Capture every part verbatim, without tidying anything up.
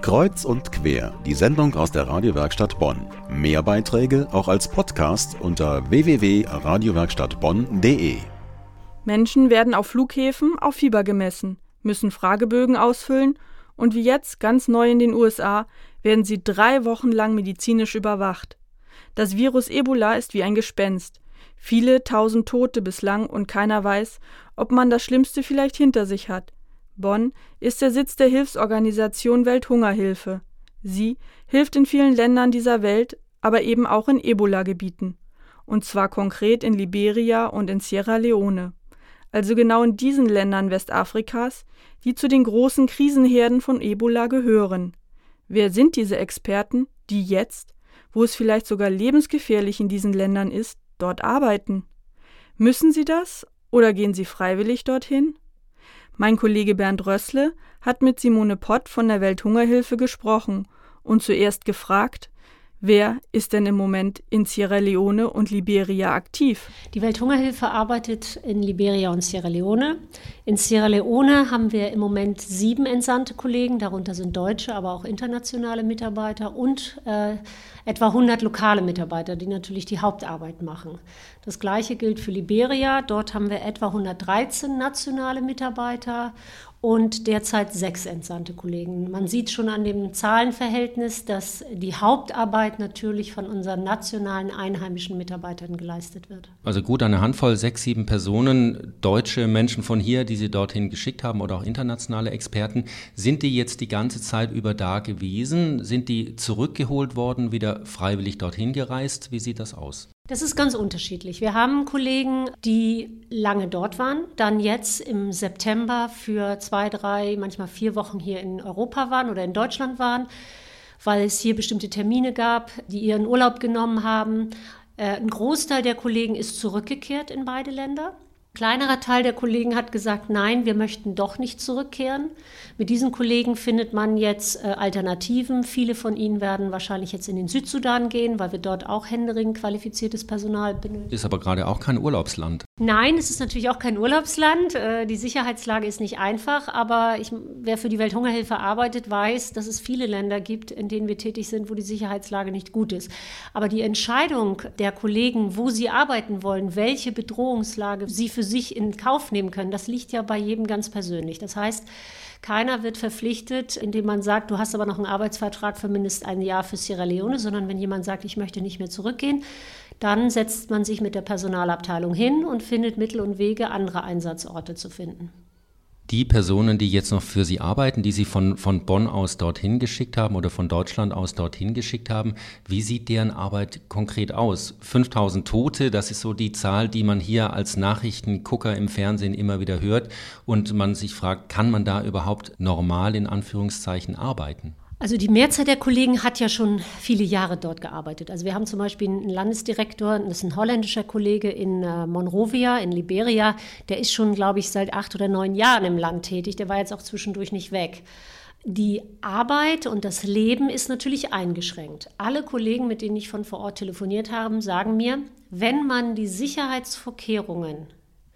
Kreuz und quer, die Sendung aus der Radiowerkstatt Bonn. Mehr Beiträge auch als Podcast unter w w w punkt radiowerkstattbonn punkt d e. Menschen werden auf Flughäfen auf Fieber gemessen, müssen Fragebögen ausfüllen und wie jetzt ganz neu in den U S A werden sie drei Wochen lang medizinisch überwacht. Das Virus Ebola ist wie ein Gespenst. Viele tausend Tote bislang und keiner weiß, ob man das Schlimmste vielleicht hinter sich hat. Bonn ist der Sitz der Hilfsorganisation Welthungerhilfe. Sie hilft in vielen Ländern dieser Welt, aber eben auch in Ebola-Gebieten. Und zwar konkret in Liberia und in Sierra Leone. Also genau in diesen Ländern Westafrikas, die zu den großen Krisenherden von Ebola gehören. Wer sind diese Experten, die jetzt, wo es vielleicht sogar lebensgefährlich in diesen Ländern ist, dort arbeiten? Müssen sie das oder gehen sie freiwillig dorthin? Mein Kollege Bernd Rössle hat mit Simone Pott von der Welthungerhilfe gesprochen und zuerst gefragt, wer ist denn im Moment in Sierra Leone und Liberia aktiv? Die Welthungerhilfe arbeitet in Liberia und Sierra Leone. In Sierra Leone haben wir im Moment sieben entsandte Kollegen, darunter sind deutsche, aber auch internationale Mitarbeiter und äh, etwa hundert lokale Mitarbeiter, die natürlich die Hauptarbeit machen. Das Gleiche gilt für Liberia. Dort haben wir etwa hundertdreizehn nationale Mitarbeiter und derzeit sechs entsandte Kollegen. Man sieht schon an dem Zahlenverhältnis, dass die Hauptarbeit natürlich von unseren nationalen einheimischen Mitarbeitern geleistet wird. Also gut eine Handvoll, sechs, sieben Personen, deutsche Menschen von hier, die Sie dorthin geschickt haben oder auch internationale Experten. Sind die jetzt die ganze Zeit über da gewesen? Sind die zurückgeholt worden, wieder freiwillig dorthin gereist? Wie sieht das aus? Das ist ganz unterschiedlich. Wir haben Kollegen, die lange dort waren, dann jetzt im September für zwei, drei, manchmal vier Wochen hier in Europa waren oder in Deutschland waren, weil es hier bestimmte Termine gab, die ihren Urlaub genommen haben. Ein Großteil der Kollegen ist zurückgekehrt in beide Länder. Ein kleinerer Teil der Kollegen hat gesagt, nein, wir möchten doch nicht zurückkehren. Mit diesen Kollegen findet man jetzt äh, Alternativen. Viele von ihnen werden wahrscheinlich jetzt in den Südsudan gehen, weil wir dort auch händeringend qualifiziertes Personal benötigen. Ist aber gerade auch kein Urlaubsland. Nein, es ist natürlich auch kein Urlaubsland. Äh, die Sicherheitslage ist nicht einfach, aber ich, wer für die Welthungerhilfe arbeitet, weiß, dass es viele Länder gibt, in denen wir tätig sind, wo die Sicherheitslage nicht gut ist. Aber die Entscheidung der Kollegen, wo sie arbeiten wollen, welche Bedrohungslage sie für sich in Kauf nehmen können, das liegt ja bei jedem ganz persönlich. Das heißt, keiner wird verpflichtet, indem man sagt, du hast aber noch einen Arbeitsvertrag für mindestens ein Jahr für Sierra Leone, sondern wenn jemand sagt, ich möchte nicht mehr zurückgehen, dann setzt man sich mit der Personalabteilung hin und findet Mittel und Wege, andere Einsatzorte zu finden. Die Personen, die jetzt noch für Sie arbeiten, die Sie von, von Bonn aus dorthin geschickt haben oder von Deutschland aus dorthin geschickt haben, wie sieht deren Arbeit konkret aus? fünftausend Tote, das ist so die Zahl, die man hier als Nachrichtengucker im Fernsehen immer wieder hört und man sich fragt, kann man da überhaupt normal in Anführungszeichen arbeiten? Also die Mehrzahl der Kollegen hat ja schon viele Jahre dort gearbeitet. Also wir haben zum Beispiel einen Landesdirektor, das ist ein holländischer Kollege in äh, Monrovia, in Liberia. Der ist schon, glaube ich, seit acht oder neun Jahren im Land tätig. Der war jetzt auch zwischendurch nicht weg. Die Arbeit und das Leben ist natürlich eingeschränkt. Alle Kollegen, mit denen ich von vor Ort telefoniert habe, sagen mir, wenn man die Sicherheitsvorkehrungen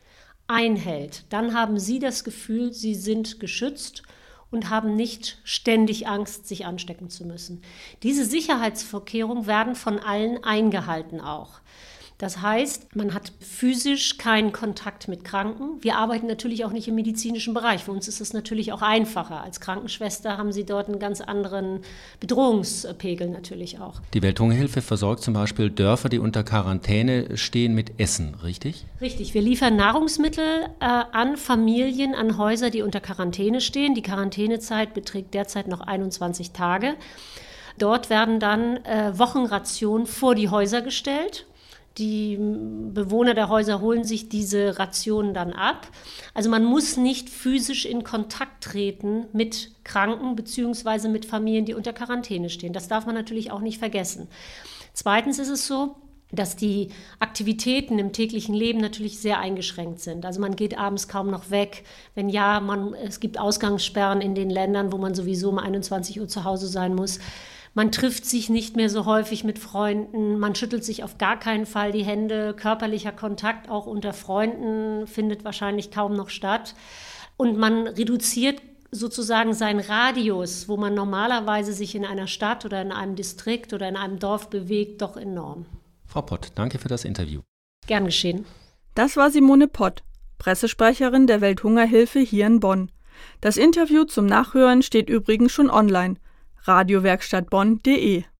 einhält, dann haben sie das Gefühl, sie sind geschützt und haben nicht ständig Angst, sich anstecken zu müssen. Diese Sicherheitsvorkehrungen werden von allen eingehalten auch. Das heißt, man hat physisch keinen Kontakt mit Kranken. Wir arbeiten natürlich auch nicht im medizinischen Bereich. Für uns ist es natürlich auch einfacher. Als Krankenschwester haben Sie dort einen ganz anderen Bedrohungspegel natürlich auch. Die Welthungerhilfe versorgt zum Beispiel Dörfer, die unter Quarantäne stehen, mit Essen, richtig? Richtig. Wir liefern Nahrungsmittel äh, an Familien, an Häuser, die unter Quarantäne stehen. Die Quarantänezeit beträgt derzeit noch einundzwanzig Tage. Dort werden dann äh, Wochenrationen vor die Häuser gestellt. Die Bewohner der Häuser holen sich diese Rationen dann ab. Also man muss nicht physisch in Kontakt treten mit Kranken bzw. mit Familien, die unter Quarantäne stehen. Das darf man natürlich auch nicht vergessen. Zweitens ist es so, dass die Aktivitäten im täglichen Leben natürlich sehr eingeschränkt sind. Also man geht abends kaum noch weg. Wenn ja, man, es gibt Ausgangssperren in den Ländern, wo man sowieso um einundzwanzig Uhr zu Hause sein muss. Man trifft sich nicht mehr so häufig mit Freunden, man schüttelt sich auf gar keinen Fall die Hände, körperlicher Kontakt auch unter Freunden findet wahrscheinlich kaum noch statt. Und man reduziert sozusagen seinen Radius, wo man normalerweise sich in einer Stadt oder in einem Distrikt oder in einem Dorf bewegt, doch enorm. Frau Pott, danke für das Interview. Gern geschehen. Das war Simone Pott, Pressesprecherin der Welthungerhilfe hier in Bonn. Das Interview zum Nachhören steht übrigens schon online. radiowerkstattbonn punkt de